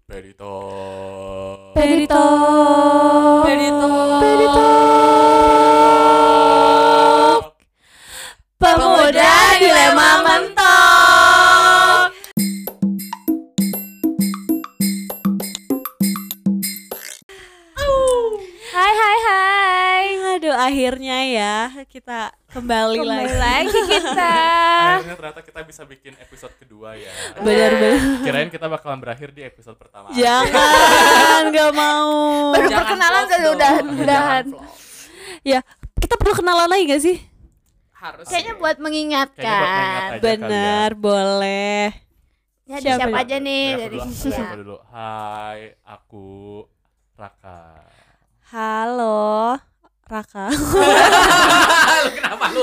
Perito. Perito. Perito. Perito. Pemuda dilema mentok. Hai. Aduh, akhirnya ya kita kembali lagi kita. Akhirnya ternyata kita bisa bikin episode kedua ya. Benar-benar. Kirain kita bakalan berakhir di episode pertama. Jangan, nggak mau. Baru Jangan perkenalan vlog udah dong. udahan. Jangan vlog. Ya, kita perlu kenalan lagi gak sih? Harus. Kayaknya sih. buat mengingatkan. Kayaknya buat mengingat aja Benar, boleh. Ya, ada Siapa siapa dulu? aja nih Dari dari aku dulu, ya. aku dulu. Hai, aku Raka. Halo, Raka. Lu kenapa lu?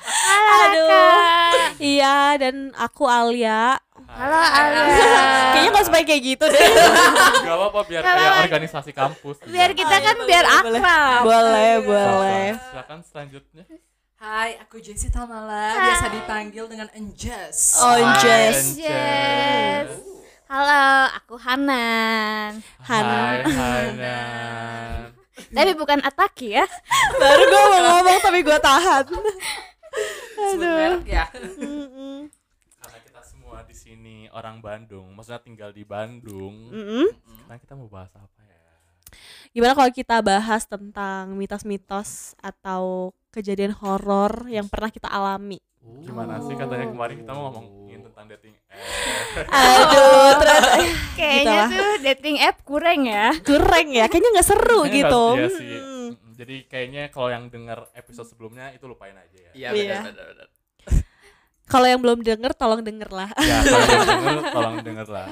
Aduh. Iya, dan aku Alia. Halo Hai. Alia. Kayaknya gak supaya kayak gitu deh. Gak apa-apa biar Gak kayak apa-apa. organisasi kampus. Biar kita kan boleh, biar boleh, akrab. Boleh. Silakan selanjutnya. Hai, aku Jessie Tamala, biasa dipanggil dengan Anjas. Oh, Anjas. Jess. Yes. Halo, aku Hanan. Hai, Hanan. Tapi bukan Ataki ya. Baru gue mau ngomong tapi gue tahan. Sebut merek ya. Karena kita semua di sini orang Bandung, maksudnya tinggal di Bandung. Sekarang kita mau bahas apa ya? Gimana kalau kita bahas tentang mitos-mitos atau kejadian horor yang pernah kita alami? Gimana sih katanya kemarin kita mau ngomongin tentang dating app. Aduh, ternyata Kayaknya Gitu lah. tuh dating app kurang ya. kurang ya, kayaknya nggak seru Kayaknya gitu. nggak- iya sih. Jadi kayaknya kalau yang denger episode sebelumnya itu lupain aja ya. Iya, Iya. benar. Kalau yang belum denger, tolong denger lah. Ya, kalau yang denger tolong denger lah.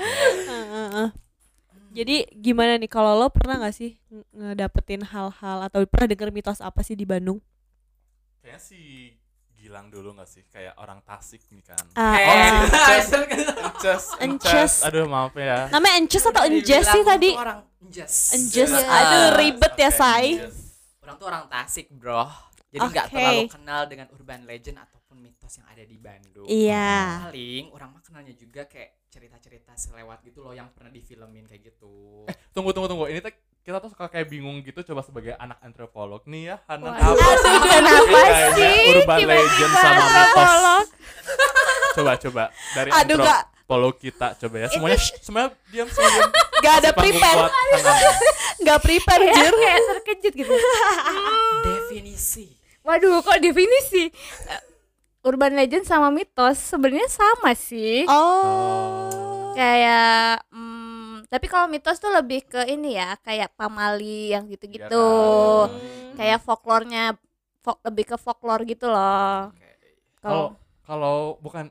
Jadi gimana nih, kalau lo pernah nggak sih ngedapetin hal-hal atau pernah denger mitos apa sih di Bandung? Kayaknya sih Gilang dulu gak sih? Kayak orang Tasik nih kan. Ences. Ences. Aduh maaf ya. Namanya Ences atau Enjes sih tadi? Orang Enjes. Enjes. Iya. Aduh, ribet ya, Oke, Say. Ences. Orang tuh orang Tasik, bro. Jadi nggak Oke. terlalu kenal dengan urban legend ataupun mitos yang ada di Bandung. Iya. Paling orang mah kenalnya juga kayak cerita-cerita selewat gitu loh yang pernah difilmin kayak gitu. Tunggu. Ini kita tuh suka kayak bingung gitu coba sebagai anak antropolog nih ya. Hanan Waduh, apa sih? kenapa Kayaknya sih urban tiba-tiba legend sama mitos. antropolog? Coba dari Aduh, Kak. antropolog kita coba ya. Semuanya diam semua. Gak ada Panggung prepare, kuat, Hanan. gak prepare Kayak jir. kayak terkejut gitu. Definisi. Waduh, kok definisi? Urban legend sama mitos sebenarnya sama sih. Oh. Kayak tapi kalau mitos tuh lebih ke ini ya, kayak pamali yang gitu-gitu. Iya kan? Kayak folklornya lebih ke folklore gitu loh. Kalau bukan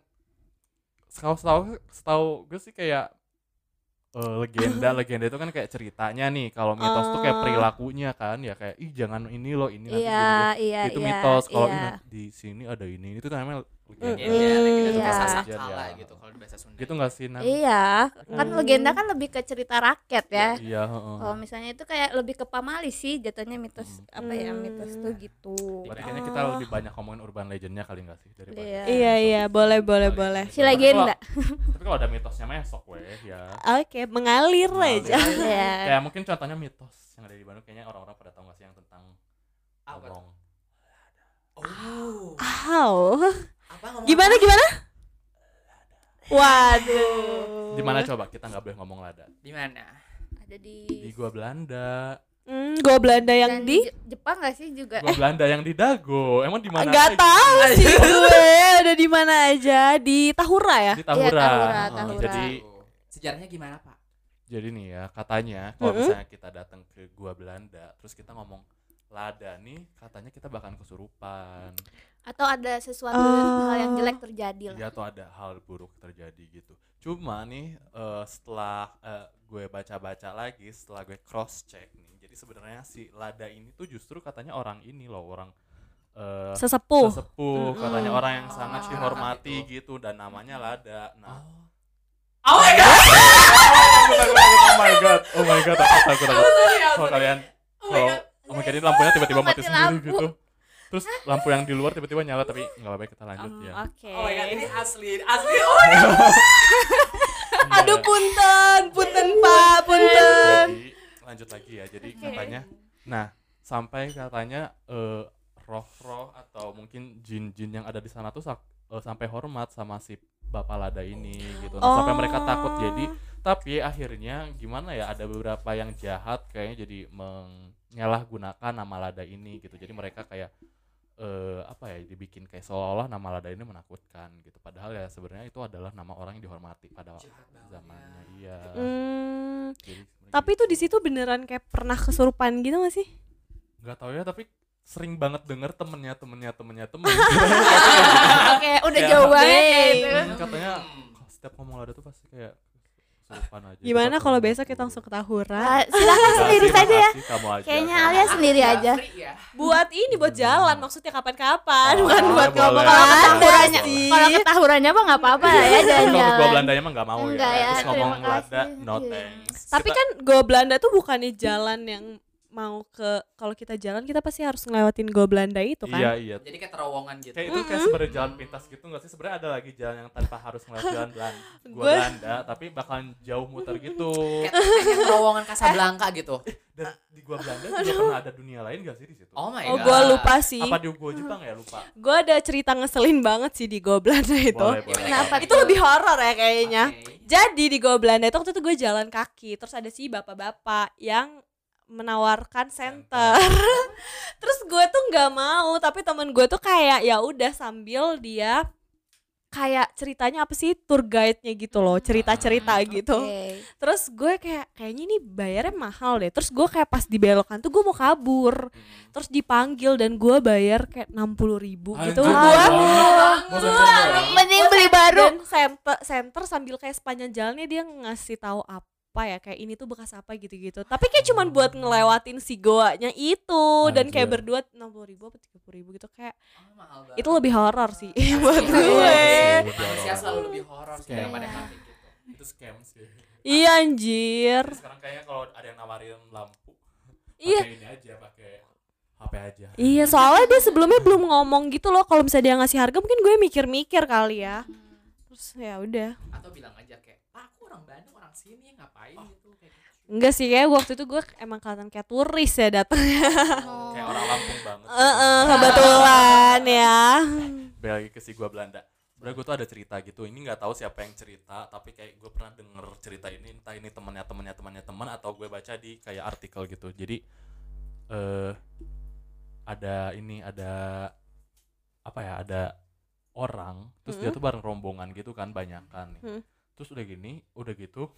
setahu gue sih kayak legenda itu kan kayak ceritanya nih. Kalau mitos tuh kayak perilakunya kan ya, kayak ih jangan ini loh, ini nanti Iya, gini. iya, Itu iya, mitos. Kalau iya. di sini ada ini itu namanya legenda. Iya, gitu Iya. kayak Legend sasakala ya. gitu kalau di bahasa Sunda. Gitu nggak sih Nan? Iya, kan legenda kan lebih ke cerita rakyat ya. Iya, heeh. Kalau misalnya itu kayak lebih ke pamali sih jatuhnya mitos apa ya, mitos tuh gitu. Berarti kayaknya kita lebih banyak ngomongin urban legendnya kali nggak sih daripada Iya. Iya, boleh. Si legenda. Tapi kalau ada mitosnya mah esok weh ya. Oke, mengalir aja. Iya. Kayak mungkin contohnya mitos yang ada di Bandung, kayaknya orang-orang pada tahu nggak sih yang tentang Apa? ngomong. Oh. Wow. Apa ngomong? Gimana? Waduh. Di mana coba kita nggak boleh ngomong lada? Di mana? Ada Di di gua Belanda. Gua Belanda yang dan di Jepang gak sih juga? Gua Belanda yang di Dago. Emang di mana? Gak aja? tahu sih gue. Ada di mana aja? Di Tahura ya? Di Tahura. Tahura, Oh, Tahura. Jadi Sejarahnya gimana, Pak? nih ya, katanya kalau misalnya kita datang ke gua Belanda, terus kita ngomong lada nih, katanya kita bakalan kesurupan. Atau ada sesuatu hal yang jelek terjadi lah. Iya, atau ada hal buruk terjadi gitu. Cuma nih setelah gue baca-baca lagi, setelah gue cross check nih, jadi sebenarnya si lada ini tuh justru katanya orang ini loh, orang Sesepuh. katanya orang yang sangat Oh, dihormati gitu. gitu, dan namanya lada. Nah, Oh my god. oh my god, takut. Kalau kalian ini lampunya tiba-tiba mati sendiri lampu. gitu. Terus lampu yang di luar tiba-tiba nyala, tapi nggak apa-apa, kita lanjut ya. Oke. Oh my god, ini asli. Oh my god. Aduh, punten Pak, lanjut lagi ya. Jadi katanya, nah sampai katanya roh-roh atau mungkin jin-jin yang ada di sana tuh sampai hormat sama si Bapak Lada ini gitu. Nah, sampai mereka takut. Jadi tapi akhirnya gimana ya, ada beberapa yang jahat kayaknya jadi menyalahgunakan nama Lada ini gitu. Jadi mereka kayak apa ya, dibikin kayak seolah-olah nama Lada ini menakutkan gitu. Padahal ya sebenarnya itu adalah nama orang yang dihormati pada zamannya. Iya. Jadi Tapi itu di situ beneran kayak pernah kesurupan gitu gak sih? nggak tahu ya, tapi sering banget denger temen Oke, udah jauh banget kayak itu. katanya setiap ngomong Lada tuh pasti kayak kesurupan aja. Gimana kalau besok kita langsung ke Tahura? Silakan sendiri saja ya. Kamu aja. Kayaknya Alia sendiri aja. Buat ini, buat jalan, maksudnya kapan-kapan, Oh, bukan buat boleh. ngomong Kalau Lada Tahurannya, sih. kalau ke Tahurannya mah nggak apa-apa lah ya Kalau gua jalan-jalan. Belandanya mah nggak mau Enggak ya. ya, Terus ngomong terima Lada, kasih. no Iya. thanks. Tapi kan Goa Belanda tuh bukannya jalan yang mau ke, kalau kita jalan kita pasti harus ngelewatin Goa Belanda itu kan? Iya. Jadi kayak terowongan gitu. Kayak itu kayak sebenarnya jalan pintas gitu nggak sih? Sebenarnya ada lagi jalan yang tanpa harus melewati jalan Gua Gue- Belanda, tapi bakalan jauh muter gitu. Kayak terowongan Casablanca gitu. Dan di Gua Belanda juga pernah ada dunia lain gak sih di situ? Oh my Oh, god. gue lupa sih. Apa di Gua Jepang ya, lupa. Gue ada cerita ngeselin banget sih di Goa Belanda itu. Boleh. Kenapa Itu lebih horor ya kayaknya. Oke. Jadi di Goa Belanda itu waktu itu gue jalan kaki, terus ada si bapak-bapak yang menawarkan senter. Terus gue tuh nggak mau, tapi temen gue tuh kayak ya udah, sambil dia kayak ceritanya apa sih, tour guide-nya gitu loh, cerita-cerita gitu. Oke. Terus gue kayaknya ini bayarnya mahal deh. Terus gue kayak pas dibelokan tuh gue mau kabur. Terus dipanggil dan gue bayar kayak 60.000 gitu. Mending beli baru. Dan center sambil kayak sepanjang jalannya dia ngasih tahu apa ya, kayak ini tuh bekas apa gitu-gitu. Tapi kayak cuman buat ngelewatin si goanya itu, dan kayak Anjir. berdua 60.000 apa 30.000 gitu, kayak Oh, mahal banget. itu lebih horor sih Pasti buat horor gue. sih. Manusia selalu lebih horor sih Scam. daripada hantu gitu. Itu scam sih. Iya anjir. Sekarang kayaknya kalau ada yang nawarin lampu, Iya. pakai ini aja, pakai HP aja. Iya, soalnya dia sebelumnya belum ngomong gitu loh. Kalau misalnya dia ngasih harga mungkin gue mikir-mikir kali ya. Terus ya udah. Atau bilang aja kayak, "Pak, aku orang Bandung, orang sini, ngapain gitu?" Kayak gitu. Enggak sih, kayak waktu itu gue emang kelihatan kayak turis ya datangnya. Kayak orang Lampung banget. Kebetulan ya. Balik lagi ke si Gua Belanda. Sebenernya gue tuh ada cerita gitu. Ini nggak tahu siapa yang cerita, tapi kayak gue pernah denger cerita ini, entah ini teman atau gue baca di kayak artikel gitu. Jadi ada apa ya, ada orang, terus dia tuh bareng rombongan gitu kan, banyakan nih. Terus udah gitu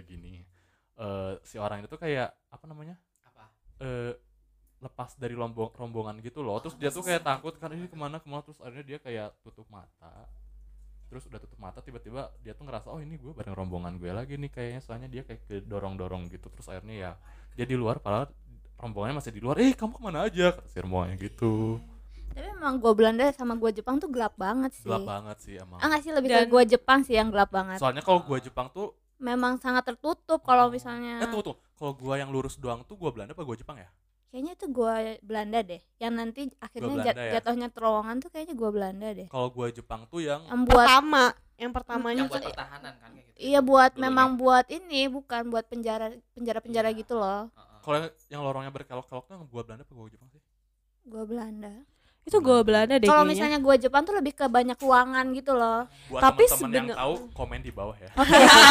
si orang itu kayak apa namanya, Apa? lepas dari rombongan gitu loh. Terus dia tuh kayak takut kan, ini kemana, terus akhirnya dia kayak tutup mata. Terus udah tutup mata, tiba-tiba dia tuh ngerasa, oh ini gue bareng rombongan gue lagi nih kayaknya, soalnya dia kayak kedorong-dorong gitu. Terus akhirnya ya dia di luar, padahal rombongannya masih di luar. Kamu kemana aja, kata si rombongannya gitu. Tapi memang gua Belanda sama gua Jepang tuh gelap banget sih. Gelap banget sih emang. Enggak sih, lebih Dan- ke gua Jepang sih yang gelap banget. Soalnya kalau gue Jepang tuh Memang sangat tertutup kalau misalnya. tunggu. Kalau gue yang lurus doang tuh gue Belanda apa gue Jepang ya? Kayaknya itu gua Belanda deh. Yang nanti akhirnya Belanda ya? jatuhnya terowongan tuh kayaknya gua Belanda deh. Kalau gue Jepang tuh yang Yang buat Yang pertamanya Yang buat tuh pertahanan kan kayak gitu. iya buat Dulunya. memang buat ini, bukan buat penjara gitu loh. Heeh. kalau yang lorongnya berkelok-kelok tuh yang gue Belanda apa gue Jepang sih? Gua Belanda. itu Goa Belanda deh Kalau kayaknya. misalnya gua Jepang tuh lebih ke banyak ruangan gitu loh. Buat Tapi teman-teman yang sebener- tahu komen di bawah ya.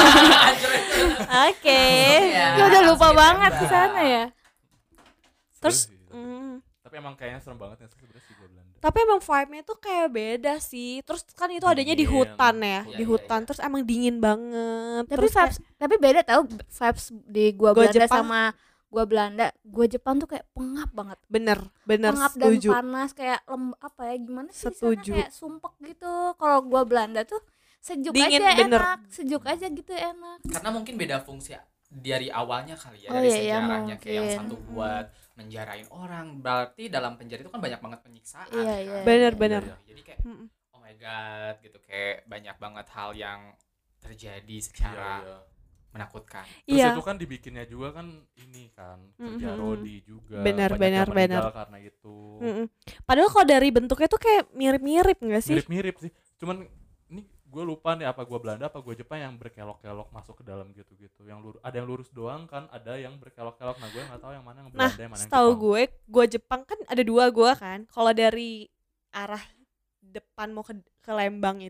Oke. Iya. Ya udah lupa langsung banget ditembak. ke sana ya. Terus Seru sih. Tapi emang kayaknya serem banget ya sebenarnya sih gue Belanda. tapi emang vibe-nya tuh kayak beda sih. Terus kan itu adanya di Dingin. hutan ya, Iya, di iya, hutan. iya. Terus emang dingin banget. Tapi Terus kayak- tapi beda tau vibes di gua Gua Belanda Jepang. sama gua Belanda. Gua Jepang tuh kayak pengap banget. bener Pengap setuju. dan panas, kayak apa ya, gimana sih di sana, Setuju. kayak sumpek gitu. Kalau gua Belanda tuh sejuk Dingin, aja bener. enak, sejuk aja gitu enak. Karena mungkin beda fungsi dari awalnya kali ya, Oh, dari iya, iya, sejarahnya kayak yang mungkin. satu buat menjarain orang. Berarti dalam penjara itu kan banyak banget penyiksaan. Iya, kan? iya. Bener-bener. Iya, Jadi kayak Mm-mm. oh my god gitu, kayak banyak banget hal yang terjadi Iya, secara iya. menakutkan. Terus Iya. itu kan dibikinnya juga kan ini kan kerja Mhm. Rodi juga. Benar, banyak yang benar, meninggal karena itu. Mm-mm. Padahal kalau dari bentuknya tuh kayak mirip-mirip nggak sih? Mirip-mirip sih. Cuman ini gue lupa nih apa gue Belanda apa gue Jepang yang berkelok-kelok masuk ke dalam gitu-gitu. Yang ada yang lurus doang kan, ada yang berkelok-kelok. Nah gue nggak tahu yang mana yang Nah, Belanda yang mana yang setahu Jepang. gue Jepang kan ada 2 gue kan. Kalau dari arah depan mau ke Lembang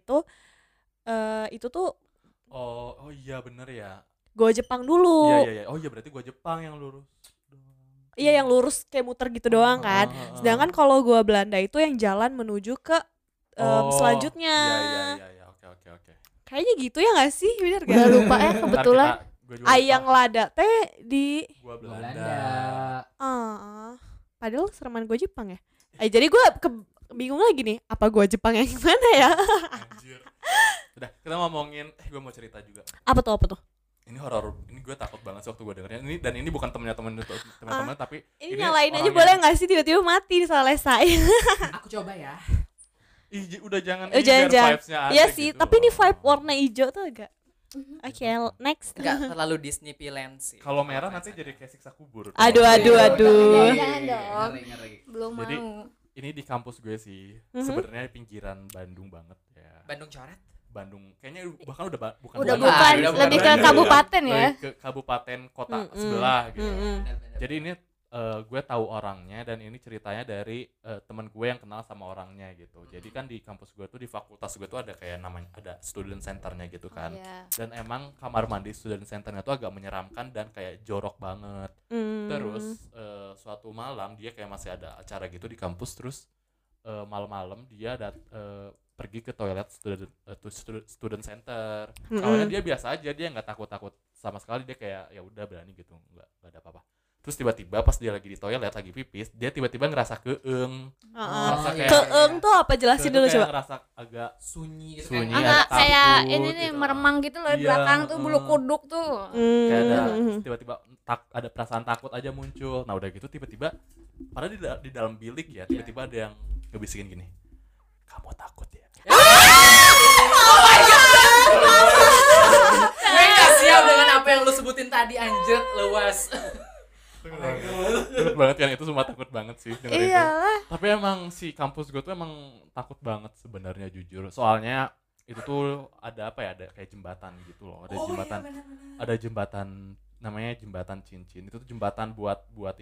itu tuh Oh iya bener ya. gue Jepang dulu. Iya. Oh iya berarti gue Jepang yang lurus doang. Iya, yang lurus kayak muter gitu doang kan. Sedangkan kalau gue Belanda itu yang jalan menuju ke selanjutnya. Iya. Oke. Kayaknya gitu ya nggak sih, bener Udah gak? lupa ya kebetulan. Ayang Lada teh di Gua Belanda. Belanda. padahal sereman gue Jepang ya. Jadi gue bingung lagi nih, apa gue Jepang yang gimana ya? Anjir. Udah, kita ngomongin gue mau cerita juga. Apa tuh? Ini horor, ini gue takut banget sih waktu gue dengernya. Ini bukan temen-temen tapi Ini nyalain aja orang boleh yang- nggak sih, tiba-tiba mati selesai. Aku coba ya. Udah jangan Jangan. vibes-nya ada Iya sih, gitu tapi ini loh. vibe warna hijau tuh agak. Oke, next. Enggak terlalu Disneyland sih. Kalau merah nanti jadi kayak siksa kubur. Aduh. Jangan dong. Ngeri. Belum Jadi, mau. Ini di kampus gue sih, Mhm. sebenarnya pinggiran Bandung banget ya. Bandung coret. Bandung, kayaknya bahkan udah bukan Udah Bandung, bukan, udah bukan lebih ke Bandung, kabupaten ya. lebih ke kabupaten kota Mm-mm. sebelah gitu. Mm-mm. Jadi ini gue tahu orangnya dan ini ceritanya dari teman gue yang kenal sama orangnya gitu. Jadi kan di kampus gue tuh, di fakultas gue tuh ada kayak namanya, ada student centernya gitu kan. Iya. Dan emang kamar mandi student centernya tuh agak menyeramkan dan kayak jorok banget. Terus suatu malam dia kayak masih ada acara gitu di kampus, terus malam-malam dia pergi ke toilet student center. Awalnya dia biasa aja, dia nggak takut sama sekali, dia kayak ya udah berani gitu, nggak ada apa-apa. Terus tiba-tiba pas dia lagi di toilet lagi pipis, dia tiba-tiba ngerasa keeng. Ngerasa kayak Keeng tuh apa, jelasin dulu kayak coba. ngerasa agak Sunyi gitu Sunyi, kan. ada Enggak, kayak takut ini nih gitu. meremang gitu loh di Iya, belakang tuh bulu kuduk tuh. kayak ada Hmm. tiba-tiba ada perasaan takut aja muncul. Nah udah gitu tiba-tiba, padahal di dalam bilik ya, tiba-tiba ada yang ngebisikin gini, kamu takut ya? Gue gak siap dengan apa yang lu sebutin tadi, anjir, luas. Takut banget kan, itu semua takut banget sih denger itu. Iyalah. Tapi emang si kampus gue tuh emang takut banget sebenarnya, jujur. Soalnya itu tuh ada apa ya, ada kayak jembatan gitu loh, ada jembatan namanya jembatan cincin. Itu tuh jembatan buat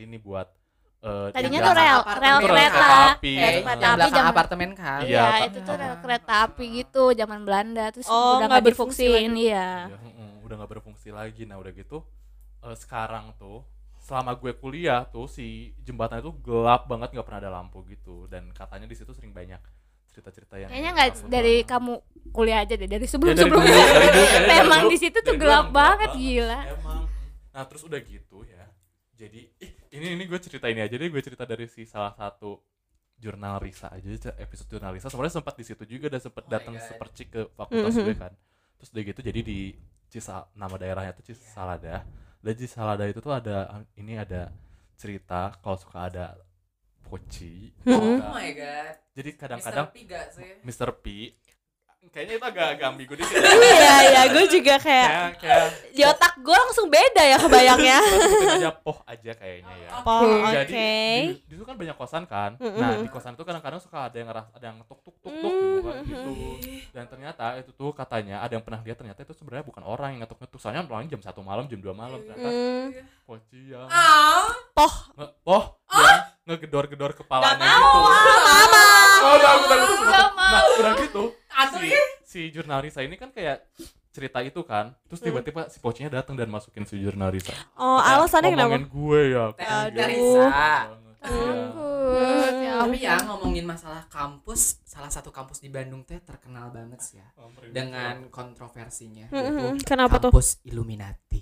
Tadinya yang tuh rel apartemen. kereta. api. Rel Yang kereta api belakang zaman apartemen kan. Iya, Iya, tapi- itu tuh rel kereta api gitu zaman Belanda, terus Oh, udah nggak nggak berfungsi difungsiin, iya. Ya, udah nggak berfungsi lagi. Nah udah gitu sekarang tuh selama gue kuliah tuh si jembatan itu gelap banget, nggak pernah ada lampu gitu, dan katanya di situ sering banyak cerita-cerita yang Kayaknya nggak takut dari banget. kamu kuliah aja deh, dari Ya, sebelum dari dulu, sebelumnya. dari dulu, kayaknya dari Emang dulu. di situ tuh Dari dulu gelap emang banget, gila. Emang. Nah terus udah gitu ya, jadi ini gue cerita ini aja deh, gue cerita dari si salah satu jurnal Risa aja, episode jurnal Risa sebenarnya sempat di situ juga, dan sempat Oh my datang God. sepercik ke fakultas Mhm. gue kan. Terus udah gitu jadi di nama daerahnya tuh Cisalada. Dan Cisalada itu tuh ada cerita kalau suka ada poci. Oh Mm-mm. my god. Jadi kadang-kadang Mr. P gak sih? Mr. P kayaknya itu agak ambigu di sini. Iya, gue juga kayak kayak di otak gue langsung beda ya kebayangnya. sebutin aja poh aja kayaknya ya. Oh, Jadi oke. di situ kan banyak kosan kan. Mm-mm. Nah, di kosan itu kadang-kadang suka ada yang tuk tuk tuk tuk dibuka gitu. Dan ternyata itu tuh katanya ada yang pernah lihat, ternyata itu sebenarnya bukan orang yang ngetuk-ngetuk. Soalnya pulangnya jam 1 malam, jam 2 malam, ternyata poci yang Poh. yang ngegedor-gedor kepalanya Nggak mau, gitu. Mama. Nah, udah gitu. Asli. Si jurnal Risa ini kan kayak cerita itu kan, terus tiba-tiba si pocinya datang dan masukin si jurnal Risa. Oh, alasannya kenapa? Ngomongin gue ya. Aduh. Risa. Takut, ya Tapi ya ampun. ngomongin masalah kampus, salah satu kampus di Bandung teh terkenal banget sih ya dengan kontroversinya, yaitu Kenapa tuh? kampus Illuminati.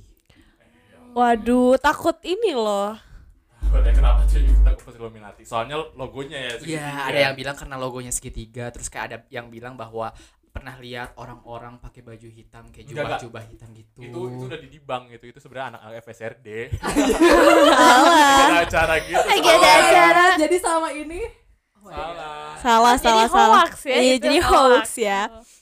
Waduh, takut ini loh. Kenapa sih kita kampus Illuminati? Soalnya logonya ya. Iya, ada yang bilang karena logonya segitiga, terus kayak ada yang bilang bahwa pernah lihat orang-orang pakai baju hitam kayak Enggak. jubah-jubah hitam gitu. itu udah didibang itu sebenarnya anak FSRD. Salah. Ada acara gitu. Lagi ada acara. Jadi sama ini Salah. salah. Jadi hoax ya, Iya, itu jadi hoax. hoax ya.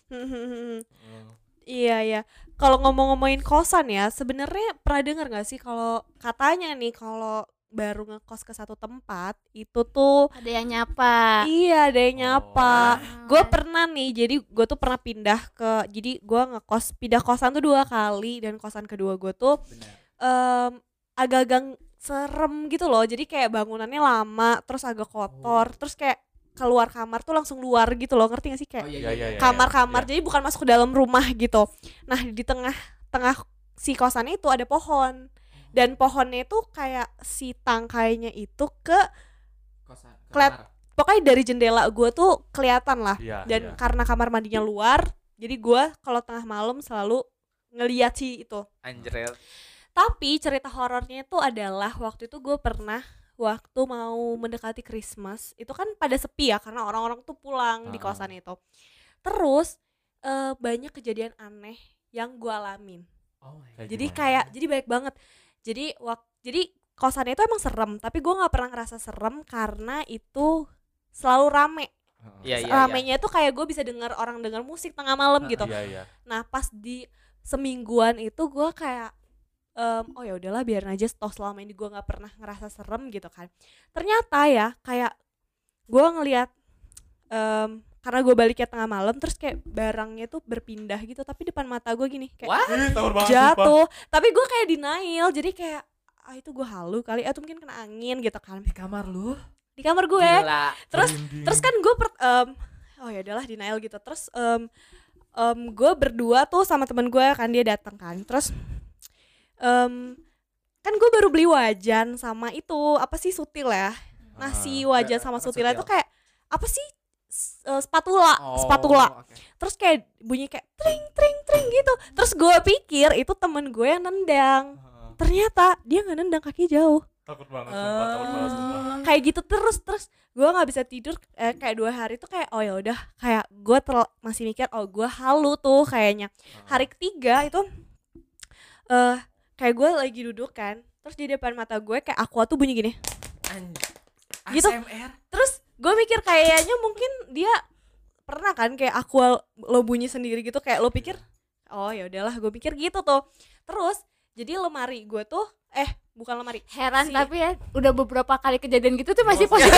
Iya ya. Kalau ngomongin kosan ya, sebenarnya pernah dengar nggak sih kalau katanya nih kalau baru ngekos ke satu tempat itu tuh Ada yang nyapa. iya ada yang nyapa. Oh. Gue pernah nih, jadi gue tuh pernah jadi gue pindah kosan tuh 2 kali, dan kosan kedua gue tuh agak-agak serem gitu loh. Jadi kayak bangunannya lama, terus agak kotor, terus kayak keluar kamar tuh langsung luar gitu loh, ngerti gak sih, kayak Iya. kamar-kamar, jadi bukan masuk ke dalam rumah gitu. Nah di tengah si kosannya itu ada pohon, dan pohonnya itu kayak si tangkainya itu pokoknya dari jendela gue tuh kelihatan lah. Iya, Dan iya. karena kamar mandinya luar, jadi gue kalau tengah malam selalu ngeliat si itu. Anjret. Tapi cerita horornya itu adalah waktu itu gue pernah waktu mau mendekati Christmas, itu kan pada sepi ya karena orang-orang tuh pulang di kosan itu. Terus banyak kejadian aneh yang gue alamin. Jadi jadi baik banget. Jadi kosannya itu emang serem, tapi gue nggak pernah ngerasa serem karena itu selalu rame. Ramenya itu kayak gue bisa dengar orang dengar musik tengah malam gitu. Iya. Nah pas di semingguan itu gue kayak oh ya udahlah biarin aja, toh selama ini gue nggak pernah ngerasa serem gitu kan. Ternyata ya kayak gue ngelihat karena gue baliknya tengah malam, terus kayak barangnya tuh berpindah gitu, tapi depan mata gue gini kayak jatuh. Tapi gue kayak denial, jadi kayak itu gue halu kali, atau mungkin kena angin gitu kan. Di kamar lu? Di kamar gue. Gila. Terus kan gue oh ya udahlah denial gitu. Terus gue berdua tuh sama temen gue kan, dia datang kan. Terus kan gue baru beli wajan sama itu apa sih, sutil ya. Nah si wajan sama sutilnya tuh kayak apa sih, spatula. Okay. Terus kayak bunyi kayak tring tring tring gitu. Terus gue pikir itu temen gue yang nendang. Ternyata dia nggak nendang, kaki jauh. Takut banget sumpah. Kayak gitu terus gue nggak bisa tidur kayak 2 hari tuh kayak oh ya udah, kayak gue masih mikir oh gue halu tuh kayaknya. Hari ketiga itu kayak gue lagi duduk kan, terus di depan mata gue kayak aqua tuh bunyi gini gitu. ASMR. Terus gue mikir kayaknya mungkin dia pernah kan kayak aqua lo bunyi sendiri gitu, kayak lo pikir oh ya udahlah, gue pikir gitu tuh. Terus jadi lemari gue tuh bukan lemari, Heran tapi ya udah beberapa kali kejadian gitu tuh masih positif.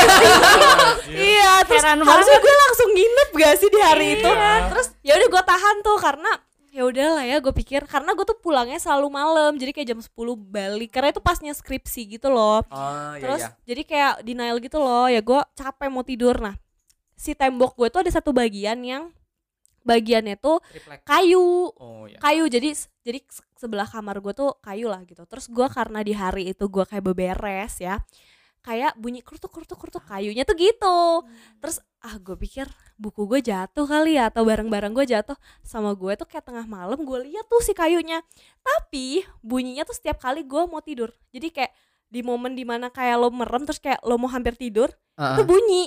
iya terus Heran harusnya banget. gue langsung nginep gak sih di hari itu. Iya. Terus ya udah gue tahan tuh, karena ya udahlah ya, gue pikir karena gue tuh pulangnya selalu malam, jadi kayak jam 10 balik, karena itu pasnya skripsi gitu loh. Terus jadi kayak denial gitu loh, ya gue capek mau tidur. Nah si tembok gue tuh ada satu bagian yang bagiannya tuh Triplek. kayu. Iya. Kayu, jadi sebelah kamar gue tuh kayu lah gitu. Terus gue karena di hari itu gue kayak beberes ya, kayak bunyi kerutuk kayunya tuh gitu. Terus gue pikir buku gue jatuh kali ya, atau barang-barang gue jatuh sama gue tuh kayak tengah malam gue lihat tuh si kayunya. Tapi bunyinya tuh setiap kali gue mau tidur. Jadi kayak di momen dimana kayak lo merem terus kayak lo mau hampir tidur, itu bunyi.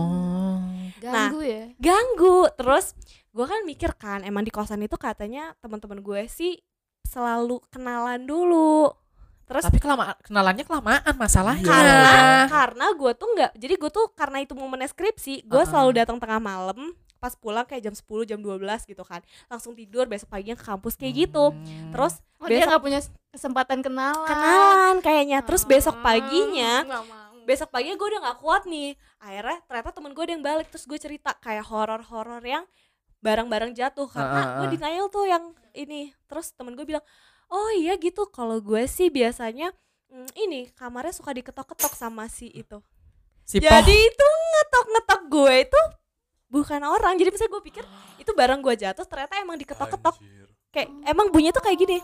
Ganggu ya. Ganggu. Terus gue kan mikir kan, emang di kosan itu katanya teman-teman gue sih selalu kenalan dulu. Terus Tapi kenalannya kelamaan masalahnya. karena gue tuh nggak, jadi gue tuh karena itu momen skripsi, gue selalu datang tengah malam, pas pulang kayak jam 10 jam 12 gitu kan, langsung tidur, besok paginya ke kampus kayak gitu. Terus Dia nggak punya kesempatan kenalan. kenalan kayaknya. Terus besok paginya Nggak mau. gue udah nggak kuat nih, akhirnya ternyata temen gue ada yang balik. Terus gue cerita kayak horor-horor yang barang-barang jatuh, karena gue denial tuh yang ini. Terus temen gue bilang oh iya gitu, kalau gue sih biasanya ini kamarnya suka diketok-ketok sama si itu. Jadi itu ngetok-ngetok gue itu bukan orang. Jadi misalnya gue pikir itu barang gue jatuh, ternyata emang diketok-ketok. Anjir. Kayak emang bunyinya tuh kayak gini.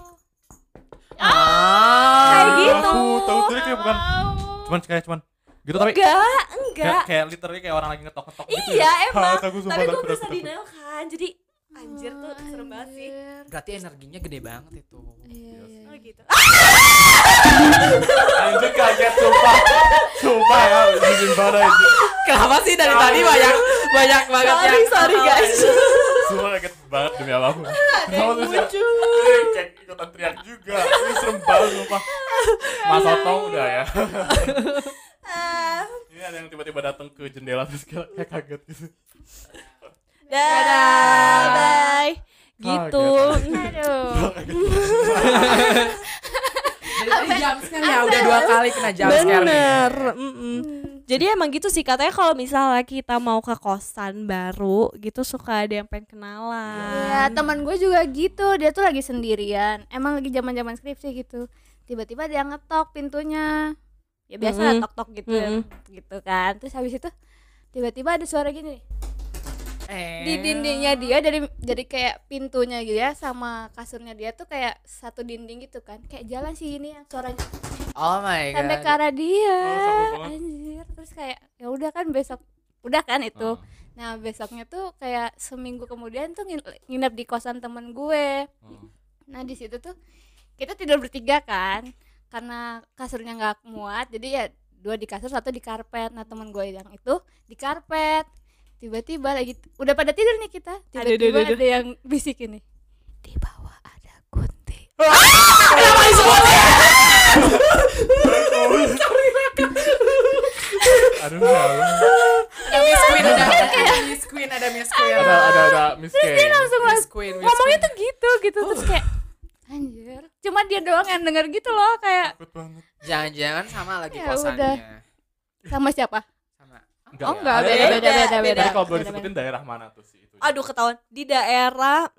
Kayak gitu. Tahu tuh kayak bukan cuman gitu, tapi Enggak. kayak literally kayak orang lagi ngetok-ngetok gitu. Iya ya. emang. Takut, sumpah, Tapi gue takut, bisa takut. denial kan. Jadi anjir tuh serem banget sih. Berarti energinya gede banget itu. Oh gitu. Anjir kaget sumpah ya, izin banget anjir. Kenapa sih dari tadi banyak banget Sorry guys. Sumpah kaget banget demi apapun. Kenapa tuh lucu. kayak ikutan teriak juga. Ini serem banget sumpah. Mas Otong udah ya. Ini ada yang tiba-tiba datang ke jendela terus kayak kaget gitu. Dadah, bye. Gitu. Aduh. Jadi Jadi jump scare ya udah 2 kali kena jump scare nih. Bener. Jadi emang gitu sih katanya kalau misalnya kita mau ke kosan baru gitu suka ada yang pengen kenalan. Iya, teman gue juga gitu. Dia tuh lagi sendirian. Emang lagi zaman-zaman skripsi gitu. Tiba-tiba dia ngetok pintunya. Ya biasa lah tok-tok gitu. Gitu kan. Terus habis itu tiba-tiba ada suara gini nih. Di dindingnya dia dari kayak pintunya gitu ya sama kasurnya dia tuh kayak satu dinding gitu kan. Kayak jalan sih ini yang suaranya Oh my god. sampai ke arah dia. seru banget. Anjir. Terus kayak ya udah kan besok udah kan itu. Nah besoknya tuh kayak seminggu kemudian tuh nginep di kosan temen gue. Nah di situ tuh kita tidur bertiga kan karena kasurnya nggak muat jadi ya 2 di kasur 1 di karpet. Nah temen gue yang itu di karpet. Tiba-tiba lagi udah pada tidur nih kita. Tiba-tiba ada yang bisik ini. Di bawah ada Kunti. Aduh ya Allah. Ada Miss Queen, ada Miss Queen, ada Miss Queen. Ada Miss K. Langsung Miss Queen, Miss ngomongnya Queen. tuh gitu terus kayak anjir. Cuma dia doang yang denger gitu loh kayak Takut banget. Jangan-jangan sama lagi Ya kosannya. sama siapa? Sama. Oh enggak, Ada- beda. Tapi kalau boleh disebutin daerah mana tuh sih itu? Aduh ketahuan di daerah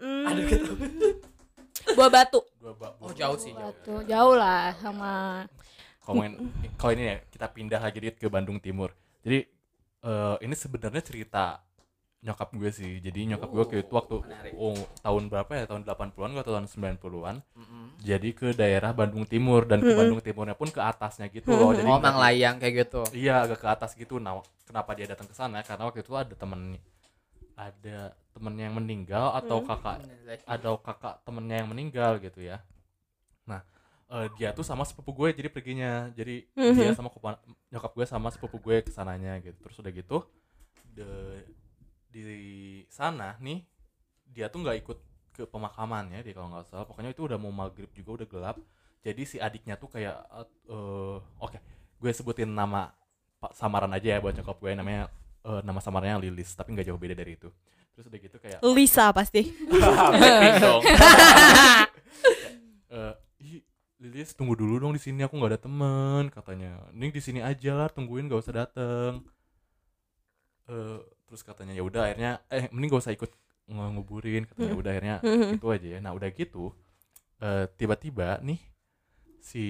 Buah Batu. Oh jauh sih, jauh. Tuh jauh lah sama Kalau ini ya kita pindah lagi dikit ke Bandung Timur. Jadi ini sebenarnya cerita nyokap gue sih. Jadi nyokap gue waktu menarik. tahun berapa ya? Tahun 80-an atau tahun 90-an. Jadi ke daerah Bandung Timur dan ke Bandung Timurnya pun ke atasnya gitu loh. Jadi Oh, Mang Layang kayak gitu. iya agak ke atas gitu. Nah, kenapa dia datang ke sana? Karena waktu itu ada temennya yang meninggal atau kakak temennya yang meninggal gitu ya. Nah, dia tuh sama sepupu gue jadi perginya. Jadi dia sama nyokap gue sama sepupu gue kesananya gitu. Terus udah gitu di sana nih dia tuh nggak ikut ke pemakamannya dia kalau nggak salah. Pokoknya itu udah mau maghrib juga udah gelap. Jadi si adiknya tuh kayak oke, gue sebutin nama samaran aja ya buat nyokap gue, namanya nama samarnya Lilis, tapi nggak jauh beda dari itu. Terus udah gitu kayak Lisa pasti. Blackpink dong. Ih, Lilis tunggu dulu dong di sini, aku nggak ada temen katanya. Nih di sini aja lah, tungguin nggak usah dateng. Terus katanya ya udah akhirnya mending gak usah ikut nguburin katanya. Udah akhirnya itu aja ya. Nah udah gitu tiba-tiba nih si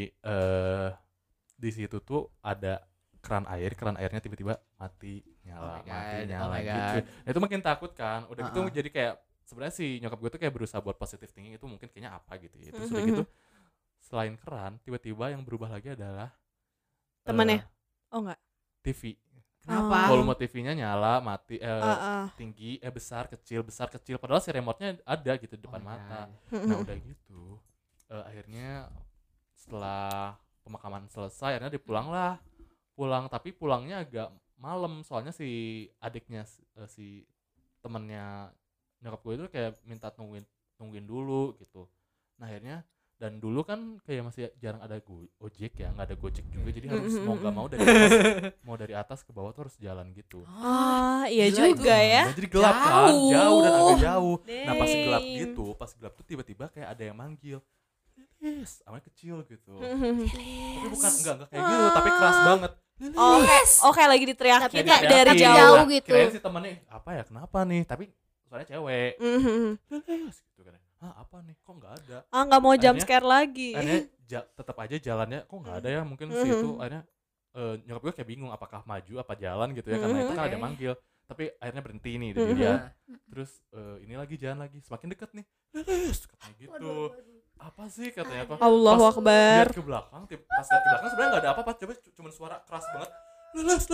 di situ tuh ada keran airnya tiba-tiba mati nyala gitu. Nah, itu makin takut kan. Udah gitu jadi kayak sebenarnya si nyokap gue tuh kayak berusaha buat positive thinking itu mungkin kayaknya apa gitu ya. Terus udah gitu selain keran tiba-tiba yang berubah lagi adalah Temannya? Oh enggak. TV. Kenapa? Volume TV-nya nyala, mati, tinggi, besar, kecil. Padahal si remote-nya ada gitu di depan mata. Nah udah gitu, akhirnya setelah pemakaman selesai, akhirnya pulang. Tapi pulangnya agak malam, soalnya si adiknya si temennya nyokap gue itu kayak minta tungguin dulu gitu. Nah akhirnya dan dulu kan kayak masih jarang ada ojek ya, nggak ada gojek juga, jadi harus mau nggak mau dari atas ke bawah tuh harus jalan gitu. Iya Gila juga itu. ya. Nah, jadi gelap kan, jauh dan agak jauh. Nah pas Dang. gelap tuh tiba-tiba kayak ada yang manggil, Lilis, namanya kecil gitu. Tapi bukan enggak kayak gitu, tapi keras banget. Oke lagi diteriakin Tapi ya kayak dari tapi jauh. jauh gitu. Kirain si temennya apa ya, kenapa nih? Tapi soalnya cewek. Lilis gitu kan. Apa nih? Kok nggak ada? Nggak mau jump Akhirnya- scare lagi. Akhirnya tetap aja jalannya kok nggak ada ya, mungkin si itu akhirnya nyokap gue kayak bingung apakah maju apa jalan gitu ya, karena itu kan ada yang manggil. Tapi akhirnya berhenti nih dilihat. Terus ini lagi jalan lagi semakin deket nih, Lilis katanya gitu. Apa sih katanya apa? Allahu Pas Akbar. lihat ke belakang, pas lihat ke belakang sebenarnya nggak ada apa-apa, coba cuma suara keras banget. Lilis.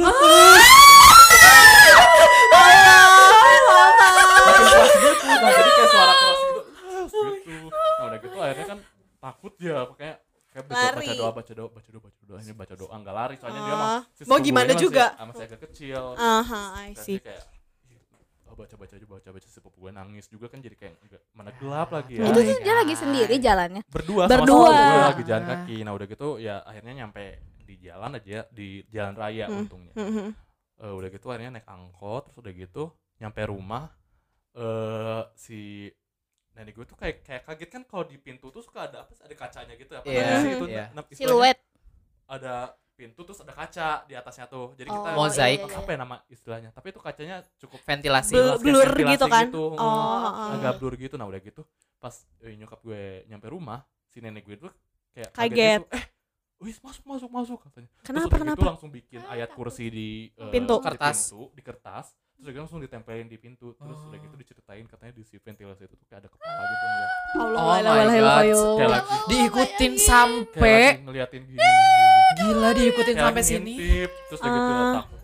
Makin keras gitu, nah, jadi kayak suara keras gitu. Gitu. Nah udah gitu akhirnya kan takut ya, kayak Lari. baca doa ini baca doa nggak lari soalnya dia mah si mau sepupu gimana ini juga. masih agak kecil. I Terus see. dia kayak baca sepupu gue nangis juga kan, jadi kayak mana gelap lagi ya. Itu tuh dia lagi sendiri jalannya. Berdua Berdua. sama sepupu gue lagi jalan kaki. Nah udah gitu ya akhirnya nyampe di jalan aja, di jalan raya untungnya. Udah gitu akhirnya naik angkot, terus udah gitu nyampe rumah si nenek gue tuh kayak kaget kan kalau di pintu tuh suka ada apa sih, ada kacanya gitu apa Iya, namanya sih itu iya. istilahnya Siluet. ada pintu terus ada kaca di atasnya tuh jadi kita Oh, Mozaik. iya, iya. apa ya nama istilahnya tapi itu kacanya cukup Ventilasi. Jelas, kayak Blur ventilasi gitu kan. gitu. Oh, Agak blur gitu. Nah udah gitu pas nyokap gue nyampe rumah si nenek gue tuh kayak Kaget. gitu, wis masuk katanya. Kenapa, Terus udah gitu kenapa? langsung bikin ayat kursi di Pintu. Kertas. di kertas terus udah gitu langsung ditempelin di pintu terus udah gitu diceritain katanya di si ventilasi itu tuh kayak ada kepala gitu ngeliat Allah Oh my walaikum. God. kayak lagi Diikutin kayak sampai lagi ngeliatin gini gila diikutin kayak sampai lagi sini. ngintip, terus udah gitu Ah. takut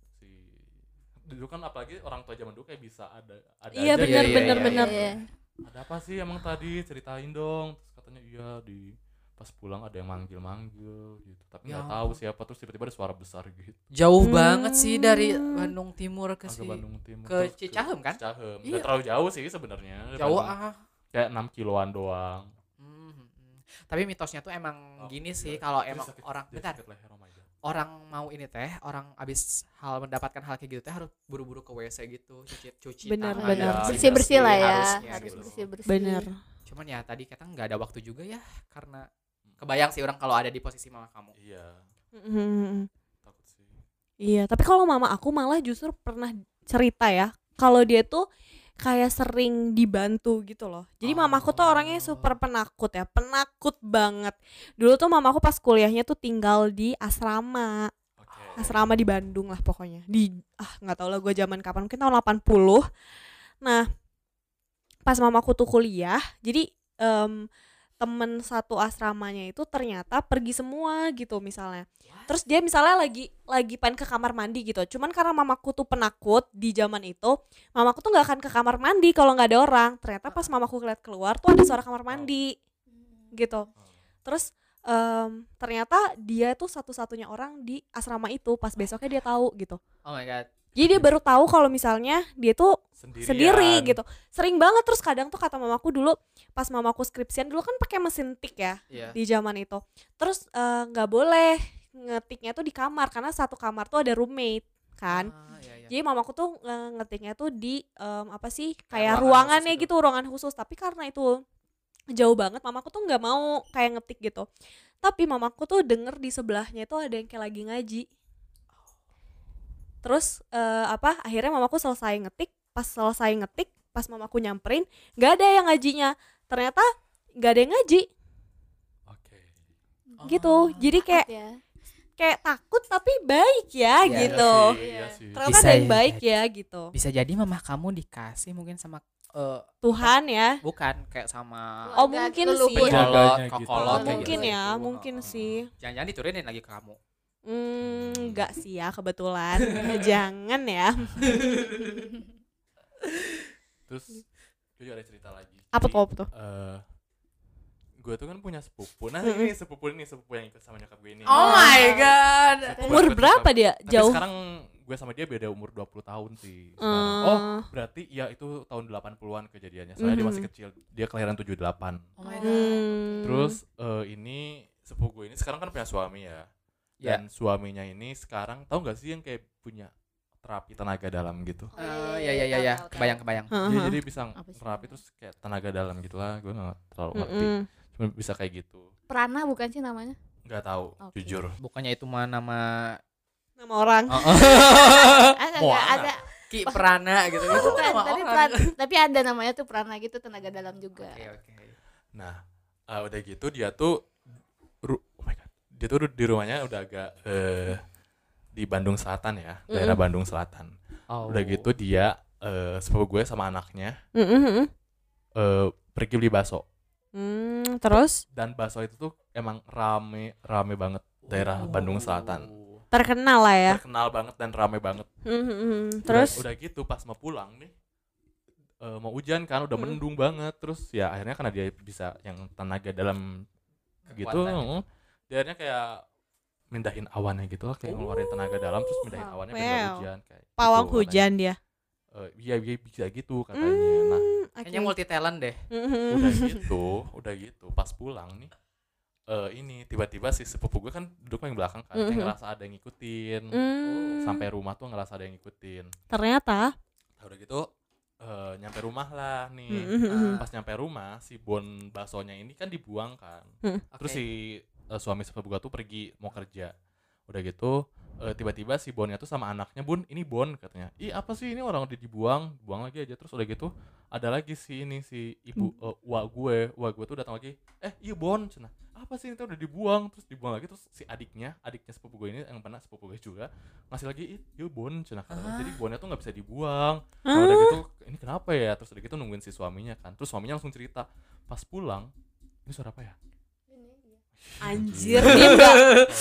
dulu kan apalagi orang tua zaman dulu kayak bisa ada Iya aja benar iya, benar iya, benar. Iya. ada apa sih emang tadi ceritain dong terus katanya iya di pas pulang ada yang manggil gitu tapi Ya nggak tahu siapa terus tiba-tiba ada suara besar gitu Jauh banget sih dari Bandung Timur ke agak sini. Bandung Timur ke terus Cicahem kan? Cicahem Iya. nggak terlalu jauh sih sebenarnya Jauh Bandung. Kayak 6 kiloan doang. Tapi mitosnya tuh emang gini sih kalau emang orang bentar orang mau ini teh orang abis mendapatkan hal kayak gitu teh harus buru-buru ke WC gitu cuci Benar, tangan. benar. Iya, Bersih-bersih lah ya. harusnya Harus gitu. bersih-bersih. Benar. Cuman ya tadi kita nggak ada waktu juga ya karena kebayang sih orang kalau ada di posisi mama kamu. Iya, Mhm. takut sih. Iya, tapi kalau mama aku malah justru pernah cerita ya, kalau dia tuh kayak sering dibantu gitu loh. Jadi mamaku tuh orangnya super penakut ya, penakut banget. Dulu tuh mamaku pas kuliahnya tuh tinggal di asrama. Oke. Asrama di Bandung lah pokoknya. Di nggak tahu lah gue zaman kapan, mungkin tahun 80. Nah, pas mamaku tuh kuliah, jadi temen satu asramanya itu ternyata pergi semua gitu misalnya. Terus dia misalnya lagi pengen ke kamar mandi gitu. Cuman karena mamaku tuh penakut di zaman itu, mamaku tuh nggak akan ke kamar mandi kalau nggak ada orang. Ternyata pas mamaku lihat keluar tuh ada suara kamar mandi gitu. Terus ternyata dia tuh satu-satunya orang di asrama itu. Pas besoknya dia tahu gitu. Oh my god. Jadi dia baru tahu kalau misalnya dia tuh Sendirian. sendiri gitu. Sering banget terus kadang tuh kata mamaku dulu pas mamaku skripsian dulu kan pakai mesin tik ya Iya. di zaman itu. Terus nggak boleh ngetiknya tuh di kamar karena satu kamar tuh ada roommate kan. Iya, iya. Jadi mamaku tuh ngetiknya tuh di apa sih Kayak kayak ruangan ruangannya khusus gitu, ruangan khusus. Tapi karena itu jauh banget, mamaku tuh nggak mau kayak ngetik gitu. Tapi mamaku tuh denger di sebelahnya itu ada yang kayak lagi ngaji. Terus akhirnya mamaku selesai ngetik. Pas selesai ngetik, pas mamaku nyamperin, nggak ada yang ngajinya. Ternyata nggak ada yang ngaji Oke. gitu. Jadi kayak Ya. kayak takut tapi baik ya Iya, gitu. Iya sih. Ternyata Bisa ada yang ya, baik jadi. ya gitu. Bisa jadi mamah kamu dikasih mungkin sama Tuhan ya. bukan kayak sama Oh Agak mungkin leluhur. sih. Penjaganya gitu. kokolot kayak Mungkin gitu. ya, mungkin sih. Jangan-jangan diturunin lagi ke kamu. Enggak sih ya kebetulan. Jangan ya. Terus gue juga ada cerita lagi. Apa Jadi, tuh? Apa tuh? Gue tuh kan punya sepupu. Nah ini sepupu yang ikut sama nyokap gue ini. Oh my god. Sepupu Umur ikut berapa nyokap. dia? Tapi Jauh. sekarang gue sama dia beda umur 20 tahun sih sekarang. Oh berarti ya itu tahun 80-an kejadiannya. Soalnya dia masih kecil. Dia kelahiran 78. Oh my god. Terus ini sepupu gue ini sekarang kan punya suami ya. Ya. Dan suaminya ini sekarang tahu nggak sih yang kayak punya terapi tenaga dalam gitu. Ya. Kebayang. Jadi bisa Apa sih? terapi terus kayak tenaga dalam gitulah. Gue nggak terlalu ngerti. Cuma bisa kayak gitu. Prana bukan sih namanya? Nggak tahu, Oke. jujur. Bukannya itu mah nama Nama orang. Ada Moana. nggak ada. Ki Prana gitu. Itu kan nama Tapi orang. tapi ada namanya tuh Prana gitu, tenaga dalam juga. Oke. Nah, udah gitu dia tuh oh my god. Dia tuh di rumahnya udah agak di Bandung Selatan ya, daerah Bandung Selatan. Oh. Udah gitu dia sepupu gue sama anaknya pergi beli bakso. Terus Dan bakso itu tuh emang rame banget daerah Bandung Selatan. terkenal lah ya. Terkenal banget dan rame banget. Terus udah gitu pas mau pulang nih mau hujan kan udah mendung banget terus ya akhirnya karena dia bisa yang tenaga dalam gitu dia akhirnya kayak mindahin awannya gitu lah kayak ngeluarin tenaga dalam terus mindahin awannya biar nggak wow. hujan kayak pawang gitu, hujan dia. iya bisa gitu katanya. Nah Kayaknya multi talent deh. udah gitu pas pulang nih ini tiba-tiba si sepupu gue kan duduk paling belakang kan kayak ngerasa ada yang ngikutin sampai rumah tuh ngerasa ada yang ngikutin. Ternyata Nah, udah gitu nyampe rumah lah nih. Pas nyampe rumah si bon baksonya ini kan dibuang kan. Terus Oke. si suami sepupu gua tuh pergi mau kerja. Udah gitu tiba-tiba si bonnya tuh sama anaknya, "Bun, ini bon," katanya. "Ih, apa sih ini orang udah dibuang, buang lagi aja." Terus udah gitu ada lagi si ibu wak gue tuh datang lagi. "Iya bon," cenah. "Apa sih itu udah dibuang?" Terus dibuang lagi, terus si adiknya sepupu gue ini yang pernah sepupu gue juga ngasih lagi, "Iya bon," cenah. Jadi bonnya tuh nggak bisa dibuang. Nah, udah gitu ini kenapa ya? Terus udah gitu nungguin si suaminya kan. Terus suaminya langsung cerita. Pas pulang, ini suara apa ya? Anjir, dia enggak.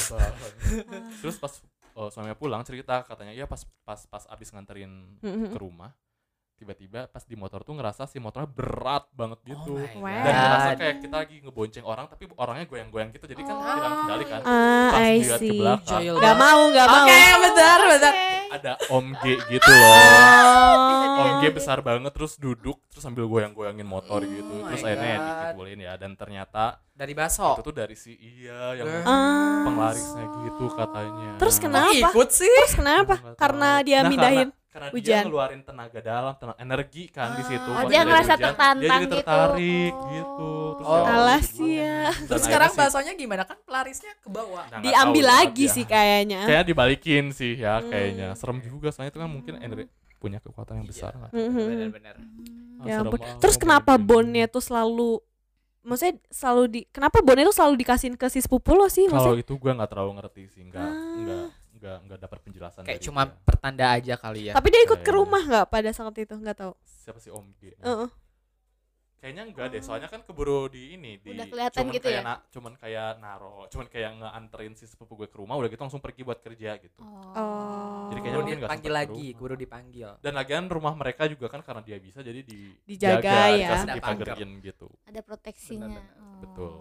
Terus pas suaminya pulang cerita katanya iya pas abis nganterin ke rumah, tiba-tiba pas di motor tuh ngerasa si motornya berat banget gitu. Oh my Dan ngerasa God. kayak kita lagi ngebonceng orang tapi orangnya goyang-goyang gitu, jadi kan hilang kendali kan. Pas I dilihat ke see. belakang Joyol Gak mau. Oke, bentar. ada Om G gitu loh. Oh. Om G besar banget terus duduk terus sambil goyang-goyangin motor gitu. Oh Terus my akhirnya God. dikibulin ya, dan ternyata Dari baso. itu tuh dari si yang Ah. penglarisnya gitu katanya. Terus kenapa? Ikut sih. Terus kenapa? Gua nggak Karena tahu. dia Nah, mindahin. karena hujan. dia ngeluarin tenaga dalam, energi kan di situ. Oh, Pas dia dari ngerasa hujan, tertantang dia jadi gitu. tertarik Oh. gitu. Terus Oh. ya, Alas dibuang. ya. Dan Terus akhirnya sekarang sih- baksonya gimana, kan pelarisnya ke bawah? Nah, nggak Diambil tahu lagi ya. sih kayaknya. Kayaknya dibalikin sih ya kayaknya. Serem juga soalnya itu kan mungkin punya kekuatan yang besar lah. Benar-benar. Ya serem ampun. banget Terus ngomongin kenapa gini. bonnya tuh selalu, maksudnya kenapa bonnya tuh selalu dikasihin ke si sepupu lo sih? Kalau Maksudnya itu gue nggak terlalu ngerti sih, nggak dapat penjelasan Kayak dari cuma dia. pertanda aja kali ya. tapi dia ikut ke kayaknya. rumah nggak pada saat itu? Nggak tahu. Siapa sih Om G? Heeh. Kayaknya enggak deh, soalnya kan keburu di Udah kelihatan gitu ya? cuman kayak nganterin si sepupu gue ke rumah, udah gitu langsung pergi buat kerja gitu. Oh. Jadi kayaknya Keburu mungkin nggak dipanggil sempet ke lagi, rumah. keburu dipanggil. Dan lagian rumah mereka juga kan karena dia bisa jadi Dijaga ya. dikasih Ada dipagerin gitu. Ada proteksinya. Benar-benar. Oh. Betul.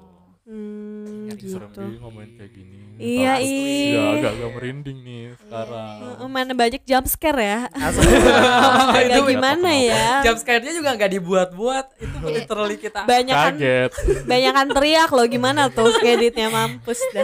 Gitu. Serem juga ngomongin kayak gini. Iya, Takut sih. iya. Ya, agak-agak merinding nih sekarang. Mana banyak jump scare ya. Itu Agak gimana ya? jump scare-nya juga nggak dibuat-buat, itu literally kita Banyakan Kaget. banyakan teriak loh, gimana tuh editnya, mampus dah.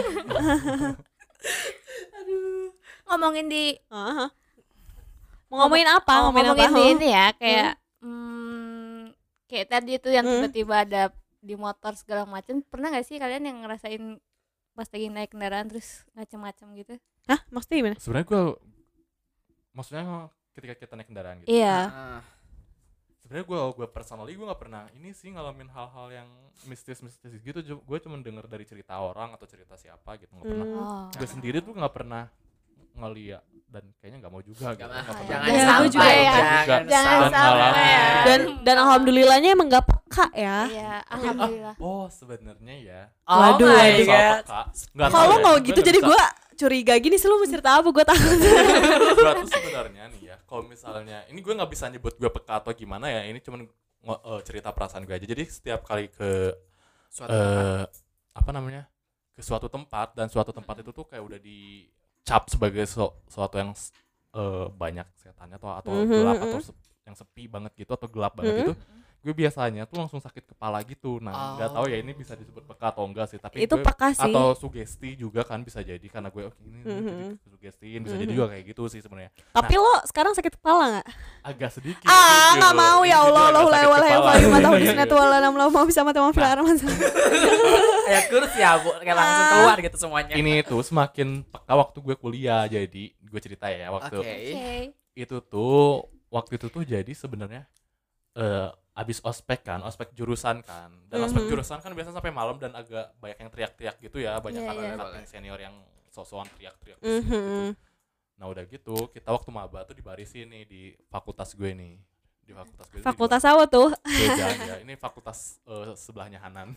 Ngomongin di Aha. Mau ngomongin apa? Oh, Ngomongin apa? di ini ya, kayak kayak tadi itu yang Hmm. tiba-tiba ada di motor segala macam. Pernah gak sih kalian yang ngerasain pas lagi naik kendaraan terus ngacem-ngacem gitu? Hah? Maksudnya gimana? Maksudnya ketika kita naik kendaraan gitu. Iya. Ah, Sebenarnya gue personally gue nggak pernah ini sih ngalamin hal-hal yang mistis gitu. Gue cuma denger dari cerita orang atau cerita siapa gitu, nggak pernah. Oh. Gue sendiri tuh nggak pernah ngeliat, dan kayaknya nggak mau juga gitu. jangan Nggak pernah. jangan Ya, aku sampai juga ya. jangan Jangan Dan sampai ngalamin. ya. Dan alhamdulillahnya emang gak peka ya. Iya, alhamdulillah. Oh sebenarnya ya. Waduh, my waduh. Soal God. peka, nggak tahu Kalau ya, mau gue gitu nggak jadi bisa. gue curiga gini sih, lu mau cerita apa? Gue takut. Gue tuh sebenarnya nih ya, kalau misalnya ini gue nggak bisa nyebut gue peka atau gimana ya, ini cuman cerita perasaan gue aja. Jadi setiap kali ke Suatu tempat. apa namanya, ke suatu tempat, dan suatu tempat itu tuh kayak udah dicap sebagai suatu yang banyak setannya atau gelap atau yang sepi banget gitu atau gelap banget gitu, gue biasanya tuh langsung sakit kepala gitu. Nah nggak tahu ya ini bisa disebut peka atau enggak sih, tapi Itu gue, peka sih. atau sugesti juga kan bisa jadi, karena gue ini jadi sugestiin, bisa jadi juga kayak gitu sih sebenarnya. Tapi lo sekarang sakit kepala gak? Agak sedikit. Nggak jujur. mau ya Ini Allah, jujur Allah agak sakit lewat kepala. lewat tahu di sana tuh Allah mau bisa mati mau fil arman. Kayak kursi ya bu, kayak langsung keluar gitu semuanya. Ini tuh semakin peka waktu gue kuliah. Jadi gue cerita ya waktu Oke. itu tuh jadi sebenarnya abis ospek jurusan kan, dan ospek jurusan kan biasanya sampai malam dan agak banyak yang teriak-teriak gitu ya, banyak Iya, iya. kakak yang senior yang sosokan teriak-teriak gitu. Nah udah gitu kita waktu maba tuh dibarisin nih di fakultas gue nih, di fakultas gue. Fakultas apa tuh? Beda ya, ini fakultas sebelahnya Hanan.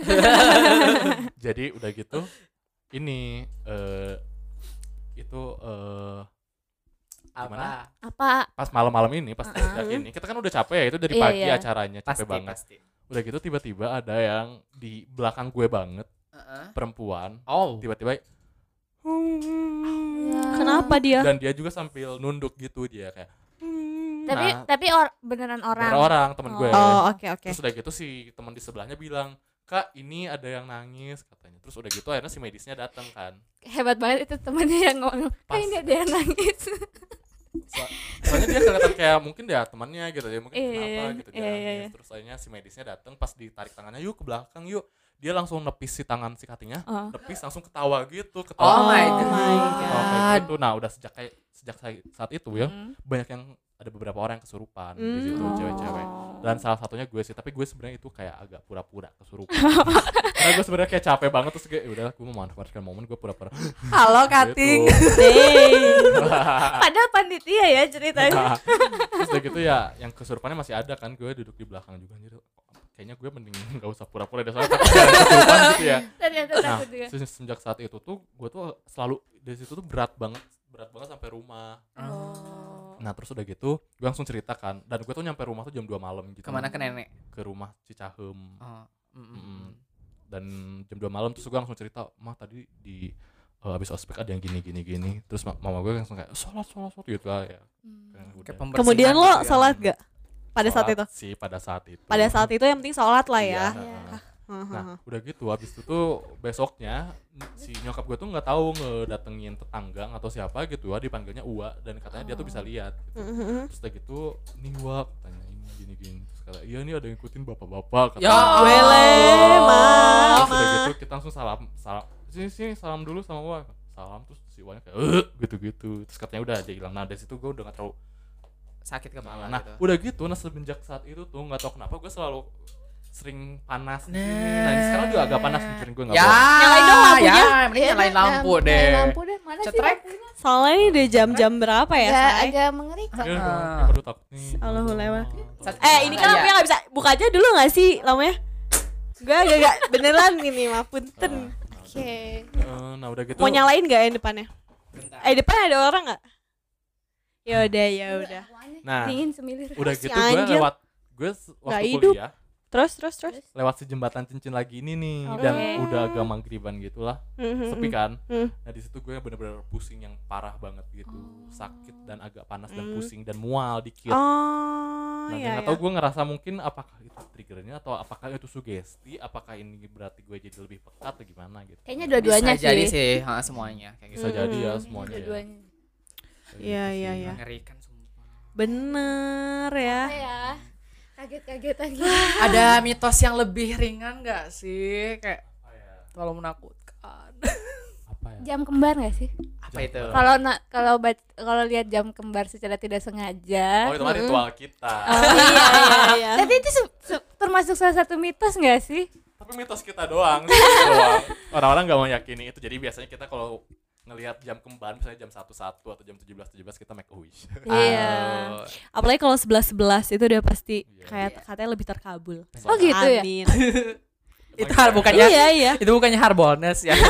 Jadi udah gitu ini itu gimana? Apa? Pas malam-malam ini, pas teriak ini, kita kan udah capek ya, itu dari Iya, pagi iya. acaranya, capek Pasti banget. pasti. Udah gitu tiba-tiba ada yang di belakang gue banget, perempuan, Oh. tiba-tiba Kenapa dia? dan dia juga sambil nunduk gitu, dia kayak Tapi beneran orang. orang temen gue. Oh, oke. Terus udah gitu si teman di sebelahnya bilang, "Kak, ini ada yang nangis," katanya. Terus udah gitu akhirnya si medisnya datang kan. Hebat banget itu temennya yang ngomong. Pas. Ini ada yang nangis. soalnya dia kelihatan kayak mungkin dia temannya gitu ya, mungkin Iya, kenapa gitu dia iya, nangis. iya. Terus akhirnya si medisnya datang, pas ditarik tangannya, yuk ke belakang yuk, dia langsung nepis si tangan si katingnya, nepis langsung ketawa gitu, ketawa. Oh my Ketawa kayak god. gitu. Nah udah sejak saat itu ya banyak yang ada beberapa orang yang kesurupan di situ, cewek-cewek. Dan salah satunya gue sih, tapi gue sebenarnya itu kayak agak pura-pura kesurupan. Karena gue sebenarnya kayak capek banget, terus kayak udahlah gue mau manfaatkan momen, gue pura-pura. Halo Kating. Padahal panitia ya ceritanya. Terus udah gitu ya, yang kesurupannya masih ada kan, gue duduk di belakang juga anjir. Kayaknya gue mending gak usah pura-pura deh, soalnya takut ada kesurupan gitu ya. Ternyata Nah, takut juga. sejak saat itu tuh gue tuh selalu dari situ tuh berat banget sampai rumah. Nah terus udah gitu gue langsung ceritakan, dan gue tuh nyampe rumah tuh jam 2 malam gitu. Kemana ke nenek? Ke rumah Cicahem. Oh. Dan jam 2 malam terus gue langsung cerita, mah tadi di habis ospek ada yang gini. Terus mama gue langsung kayak sholat gitu lah ya. Kayak pembersihan Kemudian gitu lo ya. sholat gak? Pada saat Sholat itu? sih pada saat itu. Pada saat itu yang penting sholat lah Iya, ya. Nah udah gitu habis itu tuh besoknya si nyokap gue tuh nggak tahu ngedatengin tetangga atau siapa gitu ya, dipanggilnya Uwa, dan katanya dia tuh bisa lihat gitu. Terus udah gitu nih Uwa, tanya ini gini terus kata iya nih ada yang ngikutin bapak-bapak kata. Ya Wele, Terus udah mama. gitu kita langsung salam sini salam dulu sama Uwa, salam. Terus si Uwanya kayak gitu terus katanya udah aja hilang. Nah dari situ gue udah nggak terlalu sakit kepala nah gitu. udah gitu. Nah semenjak saat itu tuh nggak tahu kenapa gue selalu sering panas. Nah. Nah ini sekarang juga agak panas pikirin gue nggak Ya, bohong. Nyalain dong lampunya. Ya, mending nyalain lampu deh. Nyalain lampu deh. Mana sih Cetrek. lampunya? Soalnya ini udah jam-jam berapa ya, Agak, Say? agak mengerikan. Iya, Ah. baru takut nih. Allahullah. Ini kan Iya. lampunya gak bisa. Buka aja dulu gak sih lampunya? Gue agak beneran gini mah punten. Oke. Nah udah gitu. Mau nyalain gak yang depannya? Bentar. Depan ada orang gak? Ya udah. Nah Dingin semilir. udah Si gitu gue anjir. lewat waktu hidup. kuliah Terus. lewat si jembatan cincin lagi ini nih, Oke. dan udah agak maghriban gitulah, sepi kan. Hmm. Nah di situ gue bener-bener pusing yang parah banget gitu, sakit dan agak panas dan pusing dan mual dikit. Oh, Nah iya. nggak tahu gue ngerasa mungkin apakah itu triggernya atau apakah itu sugesti, apakah ini berarti gue jadi lebih peka atau gimana gitu. Kayaknya dua-duanya Bisa jadi sih. sih, semuanya kayak gitu. Bisa jadi ya semuanya ya. Dua-duanya. Kayak Iya, gitu iya, sih. iya. Mengerikan sumpah. Bener ya. Apa ya? Kaget-kaget lagi. Ada mitos yang lebih ringan gak sih? Kayak Apa ya? terlalu menakutkan. Apa ya? Jam kembar nggak sih? Apa itu? Kalau lihat jam kembar secara tidak sengaja. Oh itu mah ritual kita. Iya. Tapi itu termasuk salah satu mitos nggak sih? Tapi mitos kita doang. Orang-orang nggak meyakini itu. Jadi biasanya kita kalau ngelihat jam kembar misalnya jam 1.1 atau jam 17.17 kita make a wish. Iya. Apalagi kalau 11-11 itu udah pasti Iya. kayak katanya lebih terkabul. Oh gitu ya? Amin. Itu bukannya Iya. itu bukannya Harbolnas ya.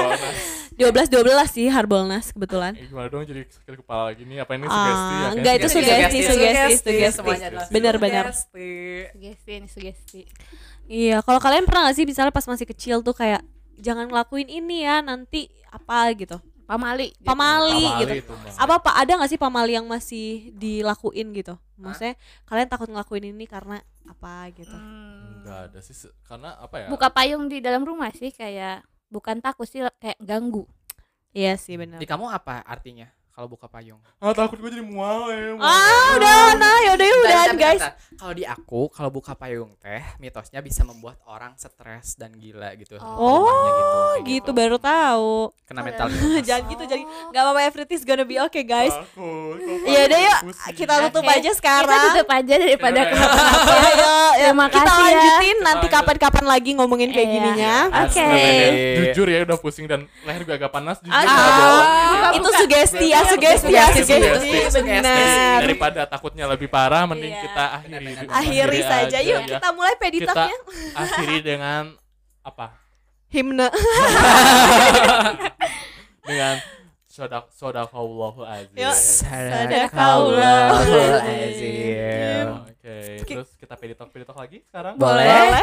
12 sih Harbolnas kebetulan. Gimana dong jadi sakit kepala gini? Apa ini sugesti ya? Enggak, itu sugesti. Semuanya adalah Benar-benar. sugesti. Sugesti. Iya, kalau kalian pernah gak sih misalnya pas masih kecil tuh kayak jangan ngelakuin ini ya, nanti apa gitu. Pamali. Pamali gitu. Itu, Bang. Apa ada gak sih pamali yang masih dilakuin gitu? Maksudnya kalian takut ngelakuin ini karena apa gitu. Enggak ada sih karena apa ya? Buka payung di dalam rumah sih kayak bukan takut sih, kayak ganggu. Iya sih benar. Di kamu apa artinya kalau buka payung? Takut gue jadi mual ya. Udah, nah yaudah Bentar, guys. bentar. Kalau di aku, kalau buka payung teh, mitosnya bisa membuat orang stres dan gila gitu. Oh, Rumahnya gitu baru tahu. Kena mental. Jangan gitu, jadi nggak apa-apa, everything's gonna be okay guys. Takut. Ya udah yuk, kita tutup Oke. aja sekarang. Kita tutup aja daripada Iya. kenapa-napa. Ya, Terima kita kasih ya. lanjutin nanti Kita lanjut. kapan-kapan lagi ngomongin kayak Iya. gininya. Oke. Jujur ya udah pusing dan leher gue agak panas. Jujur Ah, nggak bohong. itu sugesti ya, sugesti ya, Sugesti. benar. Daripada takutnya lebih parah, mending Iya. kita Akhiri saja. Yuk ya. kita mulai peditaknya. Kita akhiri dengan apa? Himne. Dengan sodaqallahu azim. Yuk. Sadaqallahul azim. Oke, terus kita peditok lagi sekarang? Boleh.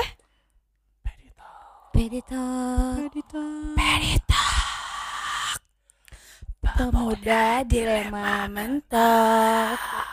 Pemuda dilema mentok.